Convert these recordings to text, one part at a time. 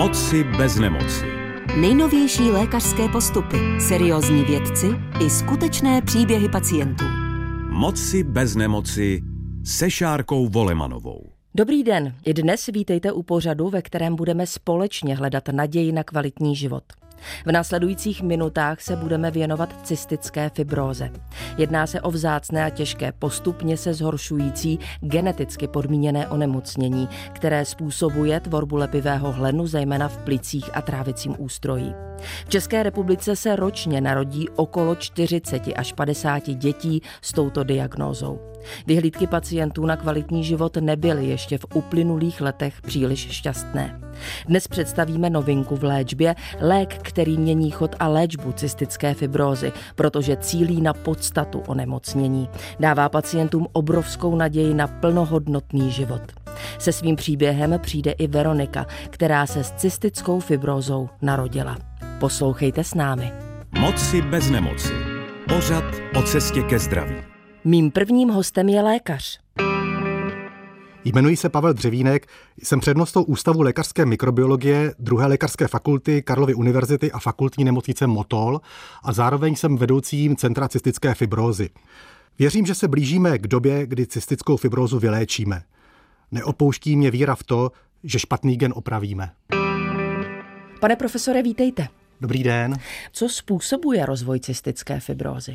Moci bez nemoci. Nejnovější lékařské postupy, seriózní vědci i skutečné příběhy pacientů. Moci bez nemoci se Šárkou Volemanovou. Dobrý den, i dnes vítejte u pořadu, ve kterém budeme společně hledat naději na kvalitní život. V následujících minutách se budeme věnovat cystické fibróze. Jedná se o vzácné a těžké, postupně se zhoršující, geneticky podmíněné onemocnění, které způsobuje tvorbu lepivého hlenu, zejména v plicích a trávicím ústrojí. V České republice se ročně narodí okolo 40 až 50 dětí s touto diagnózou. Vyhlídky pacientů na kvalitní život nebyly ještě v uplynulých letech příliš šťastné. Dnes představíme novinku v léčbě, lék, který mění chod a léčbu cystické fibrózy, protože cílí na podstatu onemocnění. Dává pacientům obrovskou naději na plnohodnotný život. Se svým příběhem přijde i Veronika, která se s cystickou fibrózou narodila. Poslouchejte s námi. Moci bez nemoci. Pořad o cestě ke zdraví. Mým prvním hostem je lékař. Jmenuji se Pavel Dřevínek, jsem přednostou Ústavu lékařské mikrobiologie 2. lékařské fakulty Karlovy univerzity a fakultní nemocnice Motol a zároveň jsem vedoucím Centra cystické fibrózy. Věřím, že se blížíme k době, kdy cystickou fibrózu vyléčíme. Neopouští mě víra v to, že špatný gen opravíme. Pane profesore, vítejte. Dobrý den. Co způsobuje rozvoj cystické fibrózy?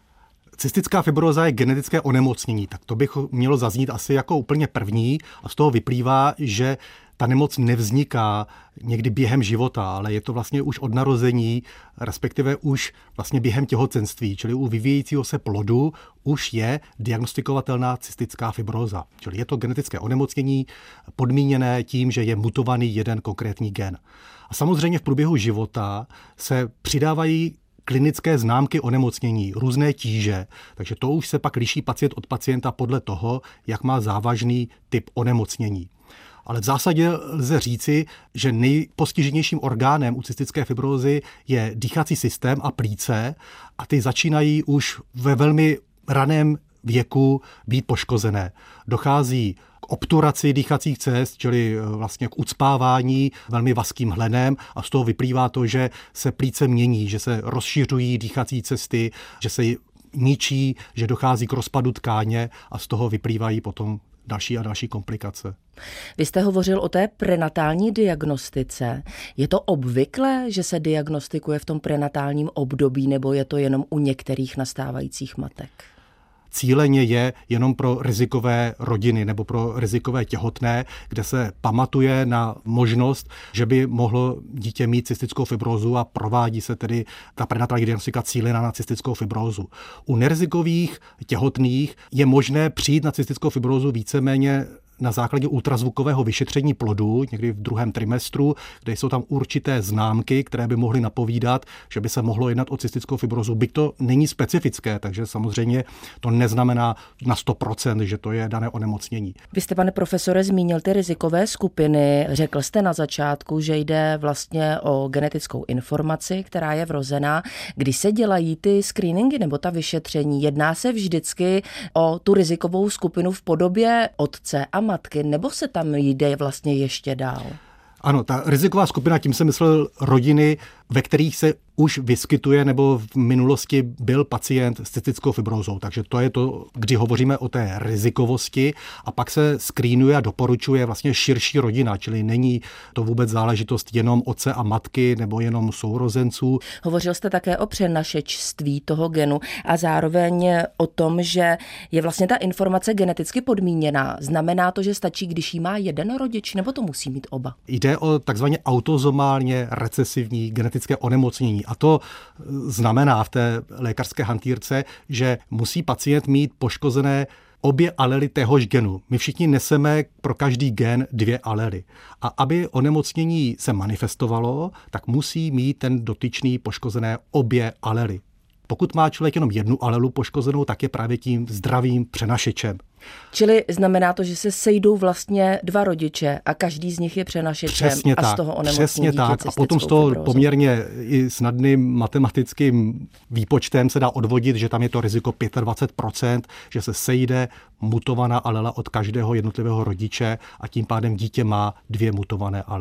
Cystická fibróza je genetické onemocnění, tak to bych mělo zaznít asi jako úplně první a z toho vyplývá, že ta nemoc nevzniká někdy během života, ale je to vlastně už od narození, respektive už vlastně během těhotenství, čili u vyvíjejícího se plodu už je diagnostikovatelná cystická fibróza. Čili je to genetické onemocnění podmíněné tím, že je mutovaný jeden konkrétní gen. A samozřejmě v průběhu života se přidávají klinické známky onemocnění, různé tíže, takže to už se pak liší pacient od pacienta podle toho, jak má závažný typ onemocnění. Ale v zásadě lze říci, že nejpostiženějším orgánem u cystické fibrózy je dýchací systém a plíce a ty začínají už ve velmi raném věku být poškozené. Dochází k obturaci dýchacích cest, čili vlastně k ucpávání velmi vazkým hlenem a z toho vyplývá to, že se plíce mění, že se rozšiřují dýchací cesty, že se ničí, že dochází k rozpadu tkáně a z toho vyplývají potom další a další komplikace. Vy jste hovořil o té prenatální diagnostice. Je to obvyklé, že se diagnostikuje v tom prenatálním období, nebo je to jenom u některých nastávajících matek? Cíleně je jenom pro rizikové rodiny nebo pro rizikové těhotné, kde se pamatuje na možnost, že by mohlo dítě mít cystickou fibrózu a provádí se tedy ta prenatální diagnostika cílená na cystickou fibrózu. U nerizikových těhotných je možné přijít na cystickou fibrózu víceméně na základě ultrazvukového vyšetření plodu, někdy v 2. trimestru, kde jsou tam určité známky, které by mohly napovídat, že by se mohlo jednat o cystickou fibrózu. Byť to není specifické, takže samozřejmě to neznamená na 100%, že to je dané onemocnění. Vy jste, pane profesore, zmínil ty rizikové skupiny. Řekl jste na začátku, že jde vlastně o genetickou informaci, která je vrozená. Když se dělají ty screeningy nebo ta vyšetření, jedná se vždycky o tu rizikovou skupinu v podobě otce a matky, nebo se tam jde vlastně ještě dál? Ano, ta riziková skupina, tím jsem myslel rodiny, ve kterých se už vyskytuje nebo v minulosti byl pacient s cystickou fibrózou. Takže to je to, kdy hovoříme o té rizikovosti a pak se screenuje a doporučuje vlastně širší rodina, čili není to vůbec záležitost jenom otce a matky nebo jenom sourozenců. Hovořil jste také o přenašečství toho genu a zároveň o tom, že je vlastně ta informace geneticky podmíněná. Znamená to, že stačí, když jí má jeden rodič, nebo to musí mít oba? Jde o takzvaně autozomálně recesivní genetické onemocnění. A to znamená v té lékařské hantýrce, že musí pacient mít poškozené obě alely téhož genu. My všichni neseme pro každý gen 2 alely. A aby onemocnění se manifestovalo, tak musí mít ten dotyčný poškozené obě alely. Pokud má člověk jenom jednu alelu poškozenou, tak je právě tím zdravým přenašečem. Čili znamená to, že se sejdou vlastně 2 rodiče a každý z nich je přenašečem. Přesně a tak, z toho onemocní přesně dítě tak. A potom z toho fibrózou. poměrně i snadným matematickým výpočtem se dá odvodit, že tam je to riziko 25%, že se sejde mutovaná alela od každého jednotlivého rodiče a tím pádem dítě má 2 mutované alely.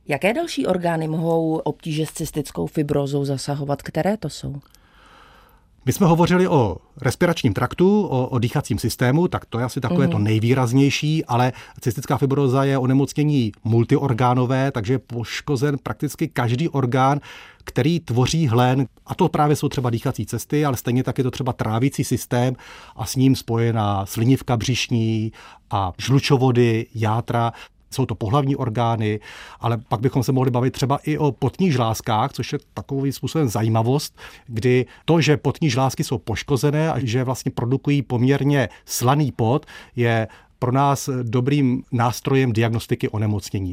Jaké další orgány mohou obtíže s cystickou fibrózou zasahovat? Které to jsou? My jsme hovořili o respiračním traktu, o dýchacím systému, tak to je asi takové to nejvýraznější, ale cystická fibróza je onemocnění multiorgánové, takže je poškozen prakticky každý orgán, který tvoří hlen. A to právě jsou třeba dýchací cesty, ale stejně tak je to třeba trávicí systém a s ním spojená slinivka břišní a žlučovody, játra. Jsou to pohlavní orgány, ale pak bychom se mohli bavit třeba i o potních žlázkách, což je takovým způsobem zajímavost, kdy to, že potní žlázky jsou poškozené a že vlastně produkují poměrně slaný pot, je pro nás dobrým nástrojem diagnostiky onemocnění.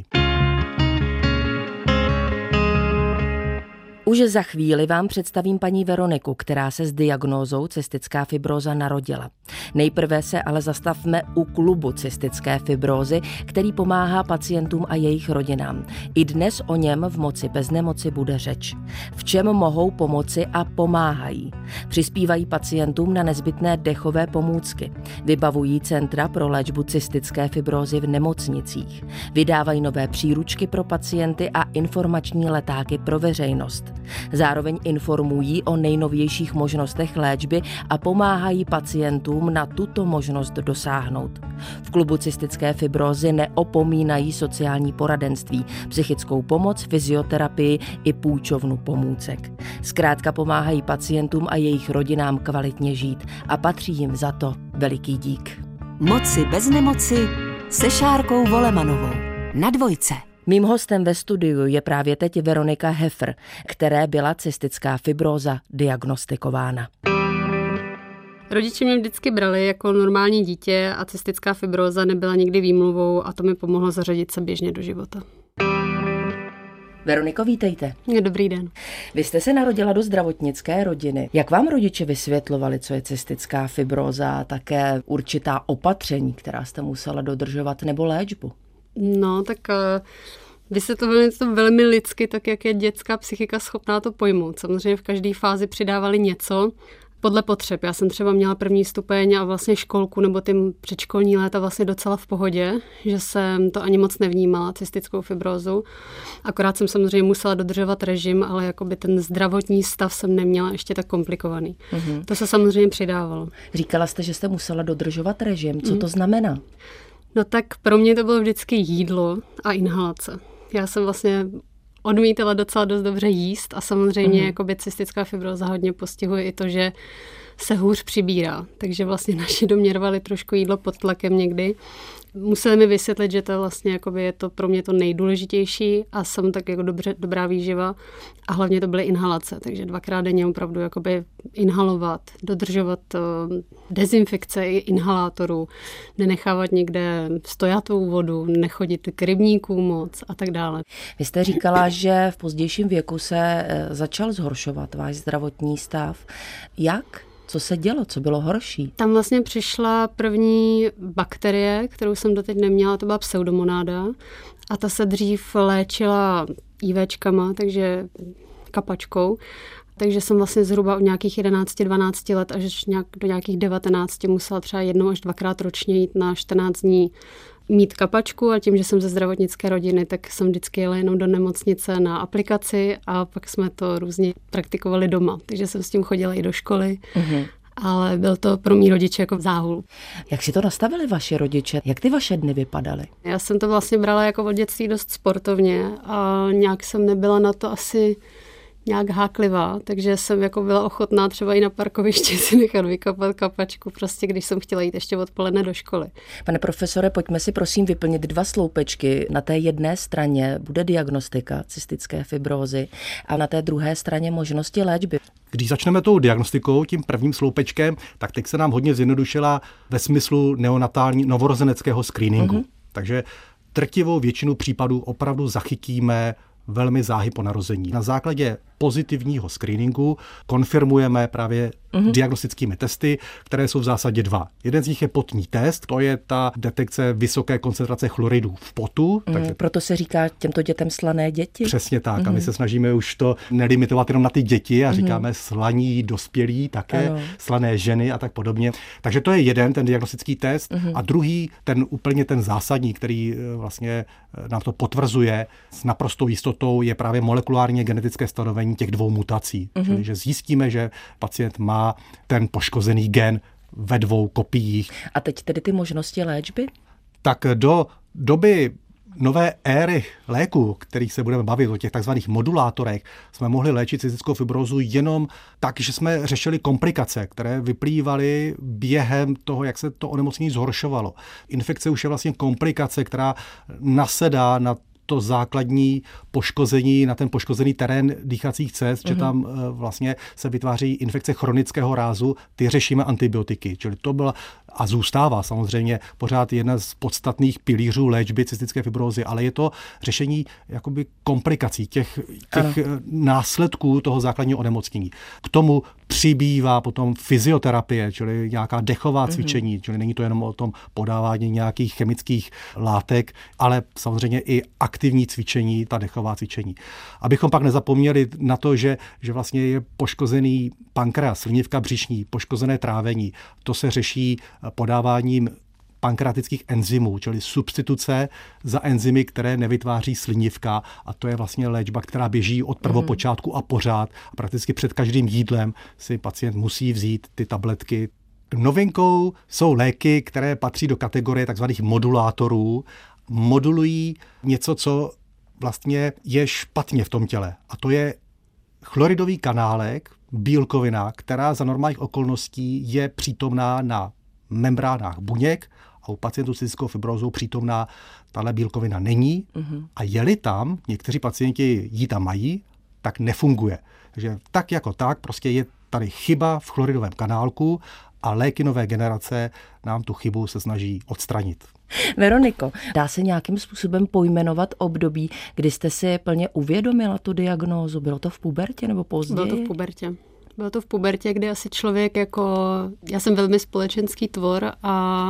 Už za chvíli vám představím paní Veroniku, která se s diagnózou cystická fibróza narodila. Nejprve se ale zastavme u klubu cystické fibrózy, který pomáhá pacientům a jejich rodinám. I dnes o něm v Moci bez nemoci bude řeč. V čem mohou pomoci a pomáhají? Přispívají pacientům na nezbytné dechové pomůcky. Vybavují centra pro léčbu cystické fibrózy v nemocnicích. Vydávají nové příručky pro pacienty a informační letáky pro veřejnost. Zároveň informují o nejnovějších možnostech léčby a pomáhají pacientům na tuto možnost dosáhnout. V klubu cystické fibrózy neopomínají sociální poradenství, psychickou pomoc, fyzioterapii i půjčovnu pomůcek. Zkrátka pomáhají pacientům a jejich rodinám kvalitně žít a patří jim za to veliký dík. Moci bez nemoci se Šárkou Volemanovou na Dvojce. Mým hostem ve studiu je právě teď Veronika Heffer, které byla cystická fibróza diagnostikována. Rodiče mě vždycky brali jako normální dítě a cystická fibróza nebyla nikdy výmluvou a to mi pomohlo zařadit se běžně do života. Veroniko, vítejte. Dobrý den. Vy jste se narodila do zdravotnické rodiny. Jak vám rodiče vysvětlovali, co je cystická fibróza a také určitá opatření, která jste musela dodržovat, nebo léčbu? No, tak vysvětlovali to velmi lidsky, tak jak je dětská psychika schopná to pojmout. Samozřejmě v každé fázi přidávali něco podle potřeb. Já jsem třeba měla první stupeň a vlastně školku nebo ty předškolní léta vlastně docela v pohodě, že jsem to ani moc nevnímala, cystickou fibrózu. Akorát jsem samozřejmě musela dodržovat režim, ale jakoby ten zdravotní stav jsem neměla ještě tak komplikovaný. To se samozřejmě přidávalo. Říkala jste, že jste musela dodržovat režim. Co to znamená? No tak pro mě to bylo vždycky jídlo a inhalace. Já jsem vlastně odmítala docela dost dobře jíst a samozřejmě jakoby cystická fibróza hodně postihuje i to, že se hůř přibírá. Takže vlastně naši doměrovali trošku jídlo pod tlakem někdy. Museli mi vysvětlit, že to vlastně jakoby je to pro mě to nejdůležitější a jsem tak jako dobrá výživa a hlavně to byly inhalace, takže 2krát denně opravdu jakoby inhalovat, dodržovat dezinfekce inhalátorů, nenechávat někde stojatou vodu, nechodit k rybníkům moc a tak dále. Vy jste říkala, že v pozdějším věku se začal zhoršovat váš zdravotní stav. Jak? Co se dělo? Co bylo horší? Tam vlastně přišla první bakterie, kterou jsem doteď neměla, to byla pseudomonáda a ta se dřív léčila IVčkama, takže kapačkou. Takže jsem vlastně zhruba od nějakých 11-12 let až do nějakých 19 musela třeba 1 až 2krát ročně jít na 14 dní mít kapačku a tím, že jsem ze zdravotnické rodiny, tak jsem vždycky jela jenom do nemocnice na aplikaci a pak jsme to různě praktikovali doma. Takže jsem s tím chodila i do školy, ale byl to pro mý rodiče jako záhul. Jak si to nastavili vaši rodiče? Jak ty vaše dny vypadaly? Já jsem to vlastně brala jako od dětství dost sportovně a nějak jsem nebyla na to asi nějak háklivá, takže jsem jako byla ochotná třeba i na parkovišti si nechat vykapat kapačku, prostě když jsem chtěla jít ještě odpoledne do školy. Pane profesore, pojďme si prosím vyplnit 2 sloupečky. Na té jedné straně bude diagnostika cystické fibrózy a na té druhé straně možnosti léčby. Když začneme tou diagnostikou, tím prvním sloupečkem, tak teď se nám hodně zjednodušila ve smyslu neonatální novorozeneckého screeningu. Takže drtivou většinu případů opravdu zachytíme velmi záhy po narození. Na základě pozitivního screeningu konfirmujeme právě diagnostickými testy, které jsou v zásadě 2. Jeden z nich je potní test, to je ta detekce vysoké koncentrace chloridů v potu. Takže proto se říká těmto dětem slané děti? Přesně tak. A my se snažíme už to nelimitovat jenom na ty děti a říkáme slaní dospělí také, slané ženy a tak podobně. Takže to je jeden, ten diagnostický test. A druhý, ten zásadní, který vlastně nám to potvrzuje s naprostou jistotou, je právě molekulárně genetické stanovení těch 2 mutací. Čili, že zjistíme, že pacient má ten poškozený gen ve 2 kopiích. A teď tedy ty možnosti léčby? Tak do doby nové éry léku, kterých se budeme bavit, o těch takzvaných modulátorech, jsme mohli léčit cystickou fibrózu jenom tak, že jsme řešili komplikace, které vyplývaly během toho, jak se to onemocnění zhoršovalo. Infekce už je vlastně komplikace, která nasedá na to základní poškození, na ten poškozený terén dýchacích cest, že tam vlastně se vytváří infekce chronického rázu, ty řešíme antibiotiky. Čili to byla a zůstává samozřejmě pořád jedna z podstatných pilířů léčby cystické fibrózy, ale je to řešení jakoby komplikací, těch následků toho základního onemocnění. K tomu přibývá potom fyzioterapie, čili nějaká dechová cvičení, čili není to jenom o tom podávání nějakých chemických látek, ale samozřejmě i aktivní cvičení, ta dechová cvičení. Abychom pak nezapomněli na to, že vlastně je poškozený pankreas, slinivka břišní, poškozené trávení. To se řeší podáváním pankreatických enzymů, čili substituce za enzymy, které nevytváří slinivka, a to je vlastně léčba, která běží od prvopočátku a pořád. Prakticky před každým jídlem si pacient musí vzít ty tabletky. Novinkou jsou léky, které patří do kategorie takzvaných modulátorů. Modulují něco, co vlastně je špatně v tom těle, a to je chloridový kanálek, bílkovina, která za normálních okolností je přítomná na membránách buněk a u pacientů s cystickou fibrózou přítomná tahle bílkovina není a je-li tam, někteří pacienti ji tam mají, tak nefunguje. Takže tak jako tak prostě je tady chyba v chloridovém kanálku a léky nové generace nám tu chybu se snaží odstranit. Veroniko, dá se nějakým způsobem pojmenovat období, kdy jste si plně uvědomila tu diagnózu? Bylo to v pubertě nebo později? Bylo to v pubertě. Bylo to v pubertě, kdy asi člověk já jsem velmi společenský tvor a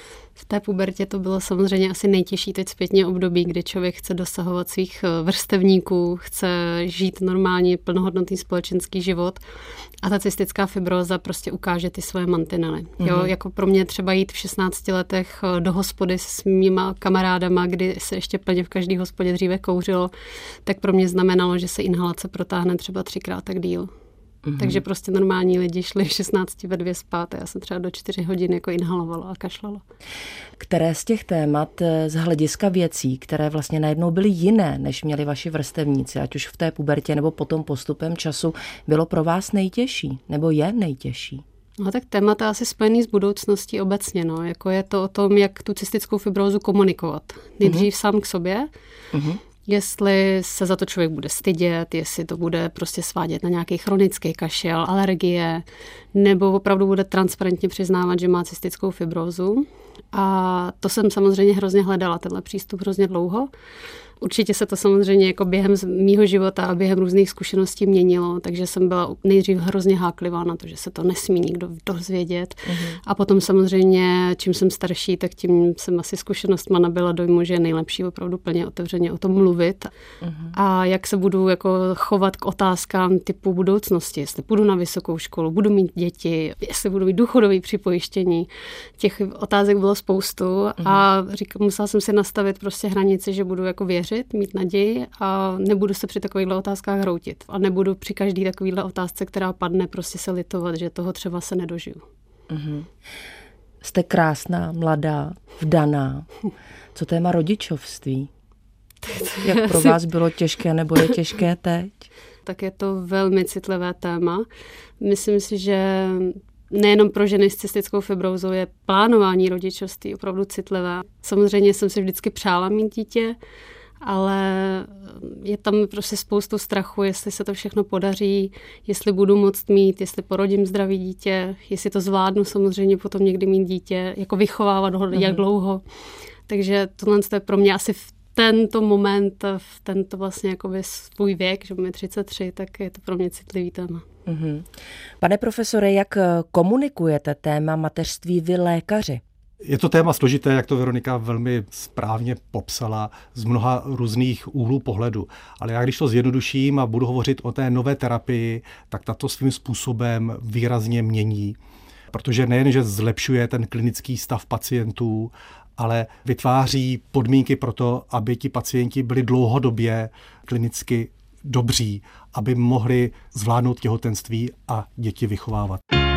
v té pubertě to bylo samozřejmě asi nejtěžší teď zpětně období, kdy člověk chce dosahovat svých vrstevníků, chce žít normálně plnohodnotný společenský život a ta cystická fibróza prostě ukáže ty svoje mantinely. Jo, jako pro mě třeba jít v 16 letech do hospody s mýma kamarádama, kdy se ještě plně v každé hospodě dříve kouřilo, tak pro mě znamenalo, že se inhalace protáhne třeba 3krát tak díl. Takže prostě normální lidi šli v 16 ve 2 spát a já jsem třeba do 4 hodin jako inhalovala a kašlala. Které z těch témat z hlediska věcí, které vlastně najednou byly jiné, než měli vaši vrstevníci, ať už v té pubertě nebo potom postupem času, bylo pro vás nejtěžší nebo je nejtěžší? No tak témata asi spojený s budoucností obecně, no. Jako je to o tom, jak tu cystickou fibrózu komunikovat. Nejdřív sám k sobě, jestli se za to člověk bude stydět, jestli to bude prostě svádět na nějaký chronický kašel, alergie, nebo opravdu bude transparentně přiznávat, že má cystickou fibrózu. A to jsem samozřejmě hrozně hledala, tenhle přístup hrozně dlouho. Určitě se to samozřejmě jako během mýho života a během různých zkušeností měnilo, takže jsem byla nejdřív hrozně háklivá na to, že se to nesmí nikdo dozvědět. A potom samozřejmě, čím jsem starší, tak tím jsem asi zkušenostma nabyla dojmu, že je nejlepší opravdu plně otevřeně o tom mluvit. A jak se budu jako chovat k otázkám typu budoucnosti, jestli půjdu na vysokou školu, budu mít děti, jestli budu mít důchodové připojištění. Těch otázek bylo spoustu a musela jsem si nastavit prostě hranici, že budu jako věřit, mít naději a nebudu se při takovýchhle otázkách hroutit. A nebudu při každý takovýhle otázce, která padne, prostě se litovat, že toho třeba se nedožiju. Jste krásná, mladá, vdaná. Co téma rodičovství? Jak pro vás bylo těžké nebo je těžké teď? Tak je to velmi citlivé téma. Myslím si, že nejenom pro ženy s cystickou fibrózou je plánování rodičovství opravdu citlivé. Samozřejmě jsem si vždycky přála mít dítě, ale je tam prostě spoustu strachu, jestli se to všechno podaří, jestli budu moct mít, jestli porodím zdravý dítě, jestli to zvládnu samozřejmě potom někdy mít dítě, jako vychovávat ho, jak dlouho. Takže tohle je pro mě asi v tento moment, v tento vlastně jakoby svůj věk, že mi 33, tak je to pro mě citlivý téma. Mm-hmm. Pane profesore, jak komunikujete téma mateřství vy lékaři? Je to téma složité, jak to Veronika velmi správně popsala, z mnoha různých úhlů pohledu. Ale já když to zjednoduším a budu hovořit o té nové terapii, tak tato svým způsobem výrazně mění. Protože nejen, že zlepšuje ten klinický stav pacientů, ale vytváří podmínky pro to, aby ti pacienti byli dlouhodobě klinicky dobří, aby mohli zvládnout těhotenství a děti vychovávat.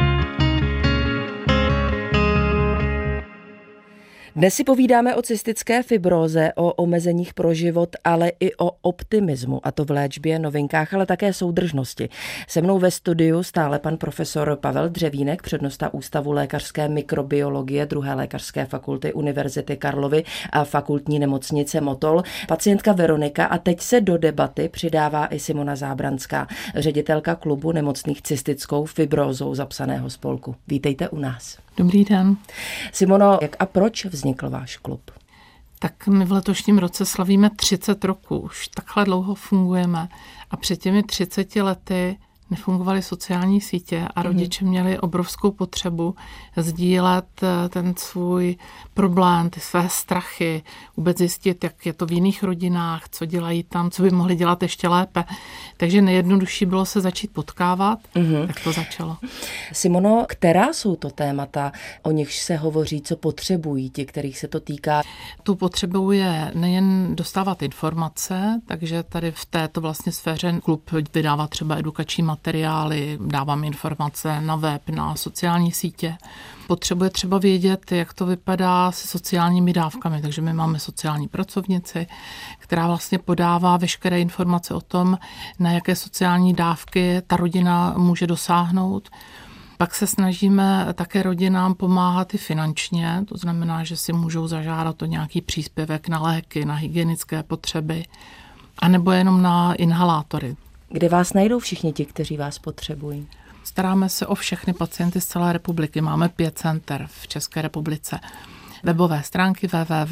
Dnes si povídáme o cystické fibróze, o omezeních pro život, ale i o optimismu, a to v léčbě, novinkách, ale také soudržnosti. Se mnou ve studiu stále pan profesor Pavel Dřevínek, přednosta Ústavu lékařské mikrobiologie 2. lékařské fakulty Univerzity Karlovy a fakultní nemocnice Motol, pacientka Veronika a teď se do debaty přidává i Simona Zábranská, ředitelka klubu nemocných cystickou fibrózou zapsaného spolku. Vítejte u nás. Dobrý den. Simono, jak a proč vznikl váš klub? Tak my v letošním roce slavíme 30 roků. Už takhle dlouho fungujeme. A před těmi 30 lety nefungovaly sociální sítě a rodiče měli obrovskou potřebu sdílet ten svůj problém, ty své strachy, vůbec zjistit, jak je to v jiných rodinách, co dělají tam, co by mohli dělat ještě lépe. Takže nejjednodušší bylo se začít potkávat, tak to začalo. Simono, která jsou to témata, o nichž se hovoří, co potřebují ti, kterých se to týká? Tu potřebou je nejen dostávat informace, takže tady v této vlastně sféře klub vydává třeba edukační materiály, dávám informace na web, na sociální sítě. Potřebuje třeba vědět, jak to vypadá se sociálními dávkami, takže my máme sociální pracovnici, která vlastně podává veškeré informace o tom, na jaké sociální dávky ta rodina může dosáhnout. Pak se snažíme také rodinám pomáhat i finančně, to znamená, že si můžou zažádat o nějaký příspěvek na léky, na hygienické potřeby, anebo jenom na inhalátory. Kde vás najdou všichni ti, kteří vás potřebují? Staráme se o všechny pacienty z celé republiky. Máme 5 center v České republice. Webové stránky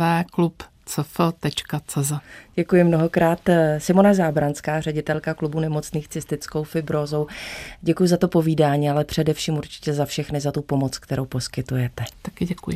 www.klubcf.cz. Děkuji mnohokrát. Simona Zábranská, ředitelka klubu nemocných cystickou fibrózou. Děkuji za to povídání, ale především určitě za všechny, za tu pomoc, kterou poskytujete. Taky děkuji.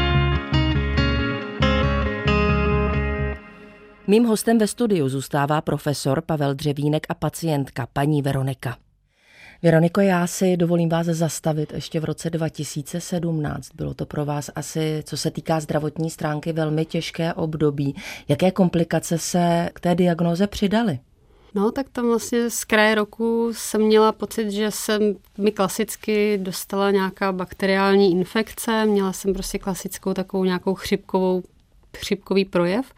Mým hostem ve studiu zůstává profesor Pavel Dřevínek a pacientka paní Veronika. Veroniko, já si dovolím vás zastavit ještě v roce 2017. Bylo to pro vás asi, co se týká zdravotní stránky, velmi těžké období. Jaké komplikace se k té diagnóze přidaly? No, tak tam vlastně z kraje roku jsem měla pocit, že jsem mi klasicky dostala nějaká bakteriální infekce. Měla jsem prostě klasickou takovou nějakou chřipkový projev.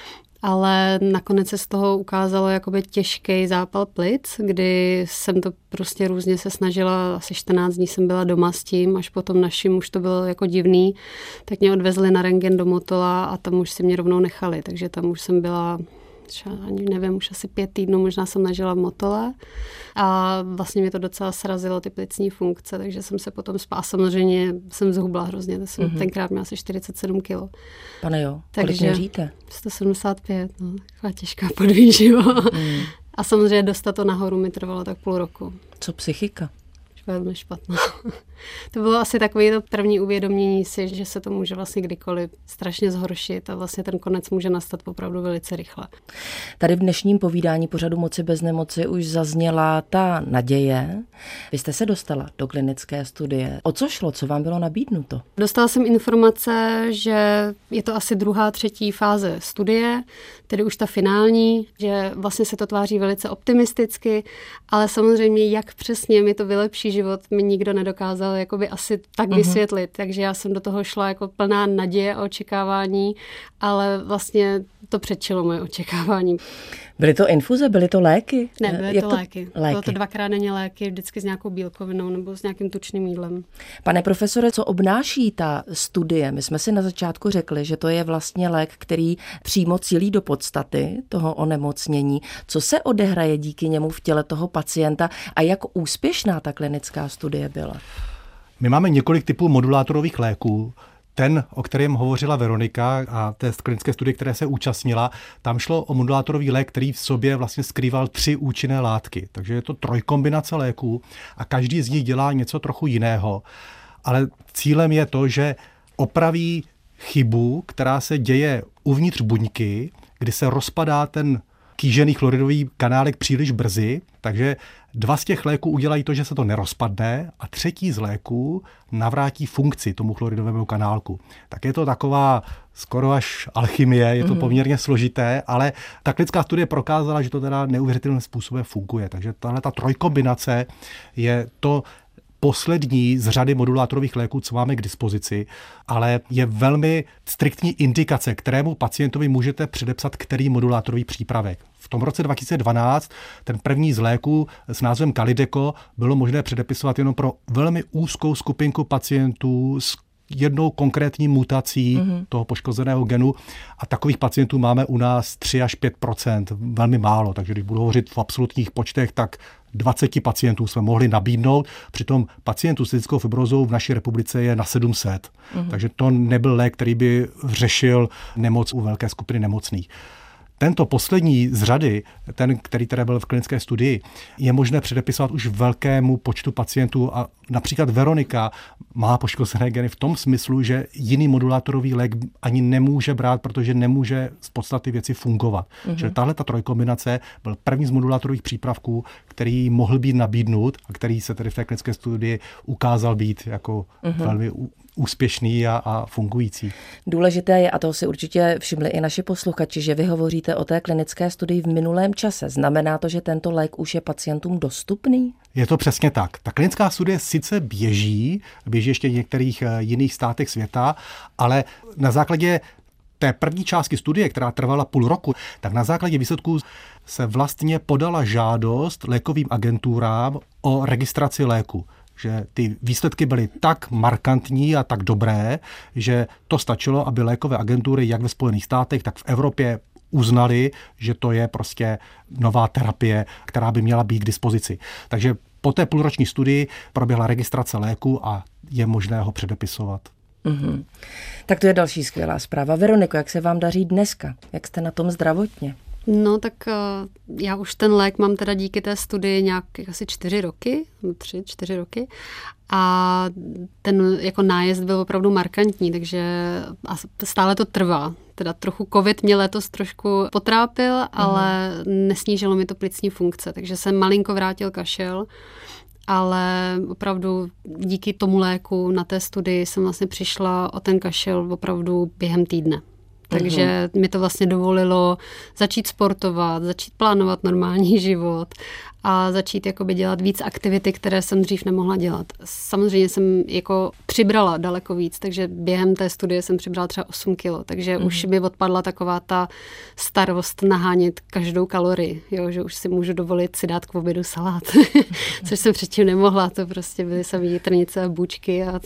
Ale nakonec se z toho ukázalo jakoby těžký zápal plic, kdy jsem to prostě různě se snažila, asi 14 dní jsem byla doma s tím, až potom našim už to bylo jako divný, tak mě odvezli na rentgen do Motola a tam už si mě rovnou nechali, takže tam už jsem byla, ani nevím, už asi 5 týdnů možná jsem ležela v Motole a vlastně mě to docela srazilo ty plicní funkce, takže jsem se potom spala. Samozřejmě jsem zhubla hrozně, tenkrát měla asi 47 kilo. Pane jo, kolik měříte? 175, no, taková těžká podvýživa. A samozřejmě dostat to nahoru mi trvalo tak půl roku. Co psychika? Velmi špatná. To bylo asi takové to první uvědomění si, že se to může vlastně kdykoliv strašně zhoršit a vlastně ten konec může nastat opravdu velice rychle. Tady v dnešním povídání pořadu Moci bez nemoci už zazněla ta naděje. Vy jste se dostala do klinické studie. O co šlo? Co vám bylo nabídnuto? Dostala jsem informace, že je to asi 2., 3. fáze studie, tedy už ta finální, že vlastně se to tváří velice optimisticky, ale samozřejmě jak přesně mi to vylepší život, mi nikdo nedokázal jakoby asi tak vysvětlit. Takže já jsem do toho šla jako plná naděje a očekávání, ale vlastně to předčilo moje očekávání. Byly to infuze, byly to léky? Ne, byly to léky. Bylo to 2krát denně léky, vždycky s nějakou bílkovinou nebo s nějakým tučným jídlem. Pane profesore, co obnáší ta studie? My jsme si na začátku řekli, že to je vlastně lék, který přímo cílí do podstaty toho onemocnění. Co se odehraje díky němu v těle toho pacienta a jak úspěšná ta klinická studie byla? My máme několik typů modulátorových léků. Ten, o kterém hovořila Veronika a té klinické studie, které se účastnila, tam šlo o modulátorový lék, který v sobě vlastně skrýval 3 účinné látky. Takže je to trojkombinace léků a každý z nich dělá něco trochu jiného. Ale cílem je to, že opraví chybu, která se děje uvnitř buňky, kdy se rozpadá ten kýžený chloridový kanálek příliš brzy, takže 2 z těch léků udělají to, že se to nerozpadne a 3. z léků navrátí funkci tomu chloridovému kanálku. Tak je to taková skoro až alchymie, je to poměrně složité, ale ta klinická studie prokázala, že to teda neuvěřitelným způsobem funguje. Takže tahle ta trojkombinace je to poslední z řady modulátorových léků, co máme k dispozici, ale je velmi striktní indikace, kterému pacientovi můžete předepsat který modulátorový přípravek. V tom roce 2012 ten první z léků s názvem Kalydeco bylo možné předepisovat jenom pro velmi úzkou skupinku pacientů s jednou konkrétní mutací toho poškozeného genu a takových pacientů máme u nás 3 až 5%, velmi málo, takže když budu hovořit v absolutních počtech, tak 20 pacientů jsme mohli nabídnout, přitom pacientů s cystickou fibrózou v naší republice je na 700, takže to nebyl lék, který by řešil nemoc u velké skupiny nemocných. Tento poslední z řady, ten, který tedy byl v klinické studii, je možné předepisovat už velkému počtu pacientů a například Veronika má poškozené geny v tom smyslu, že jiný modulátorový lék ani nemůže brát, protože nemůže z podstaty věci fungovat. Čili tahle ta trojkombinace byl první z modulátorových přípravků, který mohl být nabídnut a který se tedy v té klinické studii ukázal být jako velmi úspěšný a fungující. Důležité je, a toho si určitě všimli i naši posluchači, že vy hovoříte o té klinické studii v minulém čase. Znamená to, že tento lék už je pacientům dostupný? Je to přesně tak. Ta klinická studie sice běží ještě v některých jiných státech světa, ale na základě té první části studie, která trvala půl roku, tak na základě výsledků se vlastně podala žádost lékovým agenturám o registraci léku. Že ty výsledky byly tak markantní a tak dobré, že to stačilo, aby lékové agentury jak ve Spojených státech, tak v Evropě uznali, že to je prostě nová terapie, která by měla být k dispozici. Takže po té půlroční studii proběhla registrace léku a je možné ho předepisovat. Tak to je další skvělá zpráva. Veroniko, jak se vám daří dneska? Jak jste na tom zdravotně? No tak já už ten lék mám teda díky té studii nějak asi 4 roky, 3-4 roky a ten jako nájezd byl opravdu markantní, takže stále to trvá. Teda trochu covid mě letos trošku potrápil, ale nesnížilo mi to plicní funkce, takže jsem malinko vrátil kašel, ale opravdu díky tomu léku na té studii jsem vlastně přišla o ten kašel opravdu během týdne. Takže mi to vlastně dovolilo začít sportovat, začít plánovat normální život a začít jakoby dělat víc aktivity, které jsem dřív nemohla dělat. Samozřejmě jsem jako přibrala daleko víc, takže během té studie jsem přibrala třeba 8 kilo, takže už by odpadla taková ta starost nahánět každou kalorii, jo, že už si můžu dovolit si dát k obědu salát, což jsem předtím nemohla, to prostě byly samý trnice a bučky a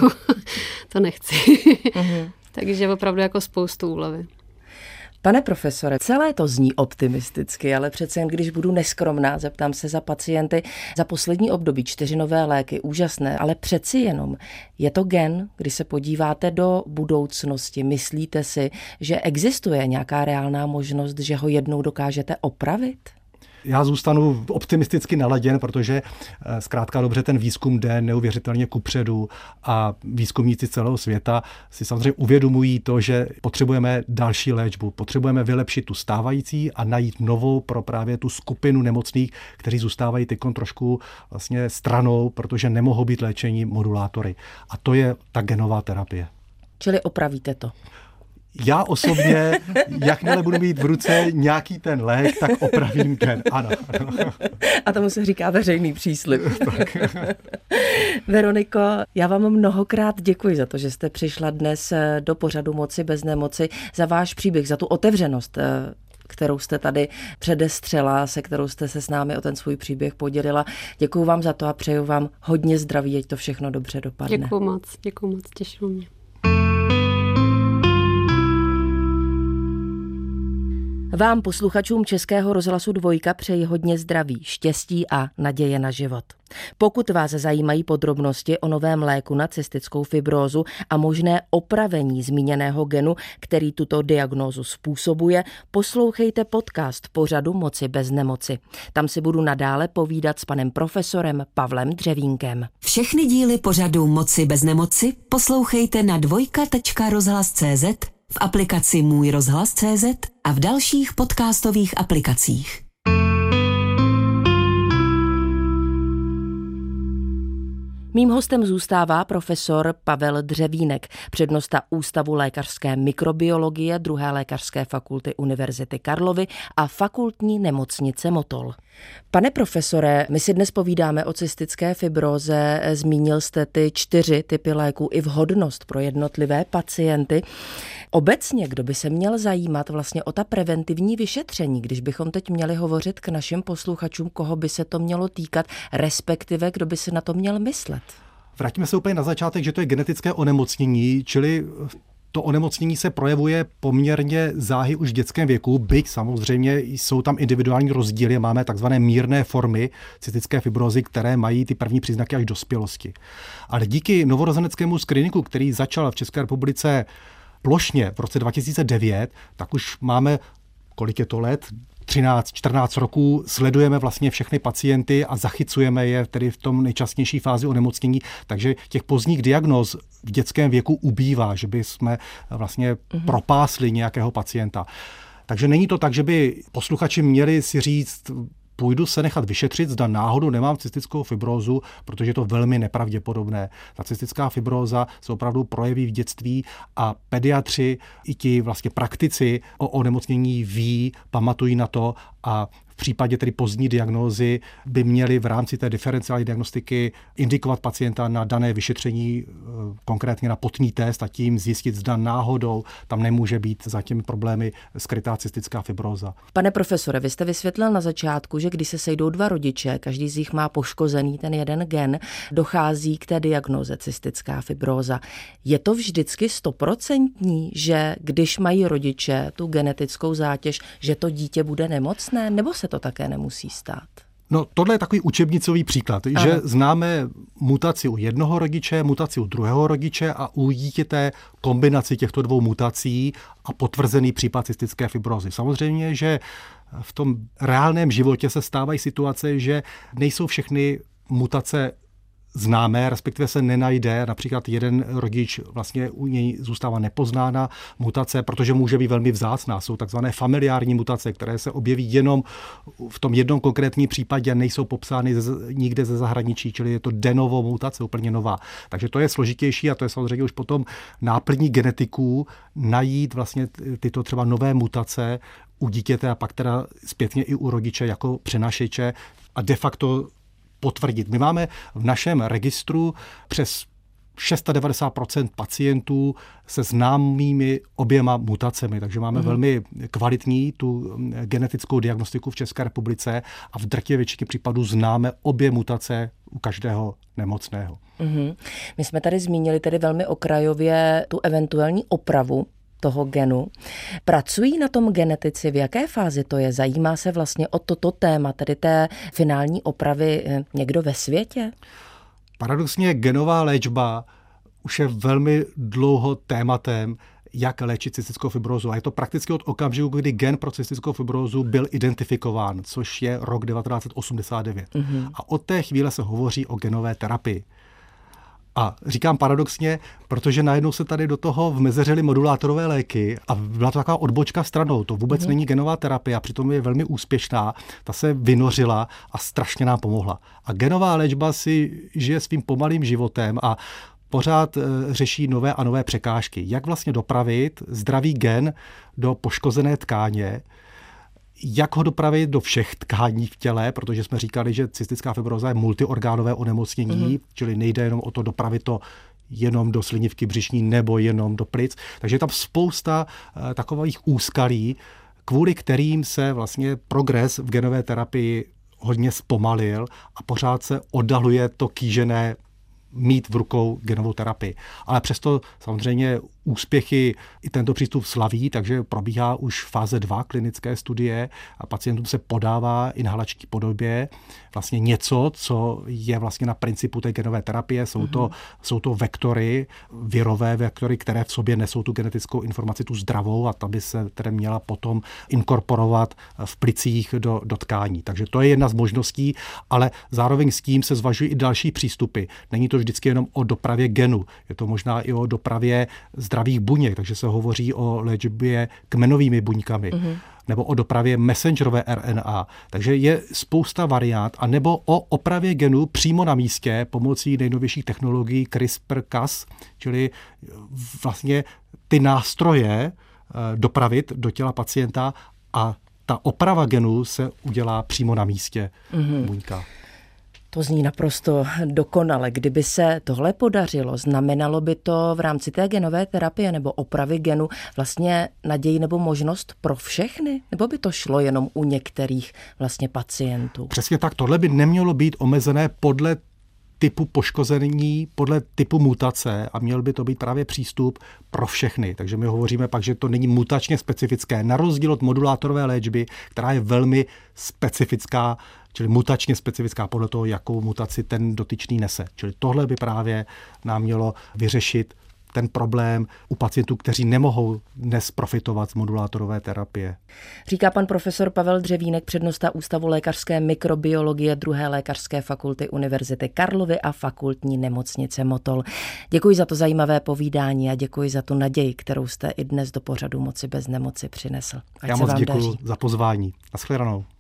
to nechci. Takže opravdu jako spoustu úlevy. Pane profesore, celé to zní optimisticky, ale přece jen, když budu neskromná, zeptám se za pacienty, za poslední období 4 nové léky, úžasné, ale přeci jenom je to gen, když se podíváte do budoucnosti, myslíte si, že existuje nějaká reálná možnost, že ho jednou dokážete opravit? Já zůstanu optimisticky naladěn, protože zkrátka dobře ten výzkum jde neuvěřitelně kupředu a výzkumníci celého světa si samozřejmě uvědomují to, že potřebujeme další léčbu, potřebujeme vylepšit tu stávající a najít novou pro právě tu skupinu nemocných, kteří zůstávají teďkon trošku vlastně stranou, protože nemohou být léčení modulátory. A to je ta genová terapie. Čili opravíte to? Já osobně, jakmile budu mít v ruce nějaký ten lék, tak opravím gen. Ano. A tomu se říká veřejný příslib. Veroniko, já vám mnohokrát děkuji za to, že jste přišla dnes do pořadu Moci bez nemoci, za váš příběh, za tu otevřenost, kterou jste tady předestřela, se kterou jste se s námi o ten svůj příběh podělila. Děkuji vám za to a přeju vám hodně zdraví, ať to všechno dobře dopadne. Děkuji moc, těšilo mě. Vám, posluchačům Českého rozhlasu Dvojka, přeji hodně zdraví, štěstí a naděje na život. Pokud vás zajímají podrobnosti o novém léku na cystickou fibrózu a možné opravení zmíněného genu, který tuto diagnózu způsobuje, poslouchejte podcast pořadu Moci bez nemoci. Tam si budu nadále povídat s panem profesorem Pavlem Dřevínkem. Všechny díly pořadu Moci bez nemoci poslouchejte na dvojka.rozhlas.cz, v aplikaci Můj rozhlas.cz a v dalších podcastových aplikacích. Mým hostem zůstává profesor Pavel Dřevínek, přednosta Ústavu lékařské mikrobiologie 2. lékařské fakulty Univerzity Karlovy a fakultní nemocnice Motol. Pane profesore, my si dnes povídáme o cystické fibróze. Zmínil jste ty 4 typy léků i vhodnost pro jednotlivé pacienty. Obecně, kdo by se měl zajímat vlastně o ta preventivní vyšetření, když bychom teď měli hovořit k našim posluchačům, koho by se to mělo týkat, respektive kdo by se na to měl myslet? Vrátíme se úplně na začátek, že to je genetické onemocnění, čili to onemocnění se projevuje poměrně záhy už v dětském věku, byť samozřejmě jsou tam individuální rozdíly, máme takzvané mírné formy cystické fibrózy, které mají ty první příznaky až dospělosti. Ale díky novorozeneckému screeningu, který začal v České republice plošně v roce 2009, tak už máme, kolik je to let, 13-14 roků, sledujeme vlastně všechny pacienty a zachycujeme je tedy v tom nejčastější fázi onemocnění, takže těch pozdních diagnóz v dětském věku ubývá, že by jsme vlastně propásli nějakého pacienta. Takže není to tak, že by posluchači měli si říct, půjdu se nechat vyšetřit, zda náhodou nemám cystickou fibrózu, protože je to velmi nepravděpodobné. Ta cystická fibróza se opravdu projeví v dětství a pediatři i ti vlastně praktici o onemocnění ví, pamatují na to a v případě tedy pozdní diagnózy by měli v rámci té diferenciální diagnostiky indikovat pacienta na dané vyšetření, konkrétně na potný test a tím zjistit, zda náhodou tam nemůže být za těmi problémy skrytá cystická fibróza. Pane profesore, vy jste vysvětlil na začátku, že když se sejdou 2 rodiče, každý z nich má poškozený ten jeden gen, dochází k té diagnóze cystická fibróza. Je to vždycky 100%, že když mají rodiče tu genetickou zátěž, že to dítě bude nemocné, nebo se to také nemusí stát? No, tohle je takový učebnicový příklad, že známe mutaci u jednoho rodiče, mutaci u druhého rodiče a u dítěte kombinaci těchto 2 mutací a potvrzený případ cystické fibrózy. Samozřejmě, že v tom reálném životě se stávají situace, že nejsou všechny mutace známé, respektive se nenajde. Například jeden rodič, vlastně u něj zůstává nepoznána mutace, protože může být velmi vzácná. Jsou takzvané familiární mutace, které se objeví jenom v tom jednom konkrétním případě, nejsou popsány nikde ze zahraničí, čili je to de novo mutace, úplně nová. Takže to je složitější a to je samozřejmě už potom náplní genetiků najít vlastně tyto třeba nové mutace u dítěte a pak teda zpětně i u rodiče jako přenašeče a de facto potvrdit. My máme v našem registru přes 690% pacientů se známými oběma mutacemi, takže máme velmi kvalitní tu genetickou diagnostiku v České republice a v drtivé většině případů známe obě mutace u každého nemocného. My jsme tady zmínili tedy velmi okrajově tu eventuální opravu toho genu. Pracují na tom genetici? V jaké fázi to je? Zajímá se vlastně o toto téma, tedy té finální opravy, někdo ve světě? Paradoxně genová léčba už je velmi dlouho tématem, jak léčit cystickou fibrózu. A je to prakticky od okamžiku, kdy gen pro cystickou fibrózu byl identifikován, což je rok 1989. A od té chvíle se hovoří o genové terapii. A říkám paradoxně, protože najednou se tady do toho vmezeřily modulátorové léky a byla to taková odbočka stranou. To vůbec není genová terapie a přitom je velmi úspěšná. Ta se vynořila a strašně nám pomohla. A genová léčba si žije svým pomalým životem a pořád řeší nové a nové překážky. Jak vlastně dopravit zdravý gen do poškozené tkáně, jak ho dopravit do všech tkání v těle, protože jsme říkali, že cystická fibróza je multiorgánové onemocnění, čili nejde jenom o to dopravit to jenom do slinivky břišní nebo jenom do plic. Takže je tam spousta takových úskalí, kvůli kterým se vlastně progres v genové terapii hodně zpomalil a pořád se oddaluje to kýžené mít v rukou genovou terapii. Ale přesto samozřejmě úspěchy i tento přístup slaví, takže probíhá už fáze 2 klinické studie a pacientům se podává inhalační podobě vlastně něco, co je vlastně na principu té genové terapie. Jsou to vektory, virové vektory, které v sobě nesou tu genetickou informaci, tu zdravou, a ta by se tedy měla potom inkorporovat v plicích do tkání. Takže to je jedna z možností, ale zároveň s tím se zvažují i další přístupy. Není to vždycky jenom o dopravě genu, je to možná i o dopravě zdravých buněk, takže se hovoří o léčbě kmenovými buňkami. Nebo o dopravě messengerové RNA. Takže je spousta variant, a nebo o opravě genů přímo na místě pomocí nejnovějších technologií CRISPR-Cas, čili vlastně ty nástroje dopravit do těla pacienta a ta oprava genů se udělá přímo na místě buňka. To zní naprosto dokonale. Kdyby se tohle podařilo, znamenalo by to v rámci té genové terapie nebo opravy genu vlastně naději nebo možnost pro všechny? Nebo by to šlo jenom u některých vlastně pacientů? Přesně tak. Tohle by nemělo být omezené podle typu poškození, podle typu mutace, a měl by to být právě přístup pro všechny. Takže my hovoříme pak, že to není mutačně specifické, na rozdíl od modulátorové léčby, která je velmi specifická, čili mutačně specifická podle toho, jakou mutaci ten dotyčný nese. Čili tohle by právě nám mělo vyřešit ten problém u pacientů, kteří nemohou dnes profitovat z modulátorové terapie. Říká pan profesor Pavel Dřevínek, přednosta Ústavu lékařské mikrobiologie 2. lékařské fakulty Univerzity Karlovy a fakultní nemocnice Motol. Děkuji za to zajímavé povídání a děkuji za tu naději, kterou jste i dnes do pořadu Moci bez nemoci přinesl. Já moc děkuji za pozvání. Naschledanou.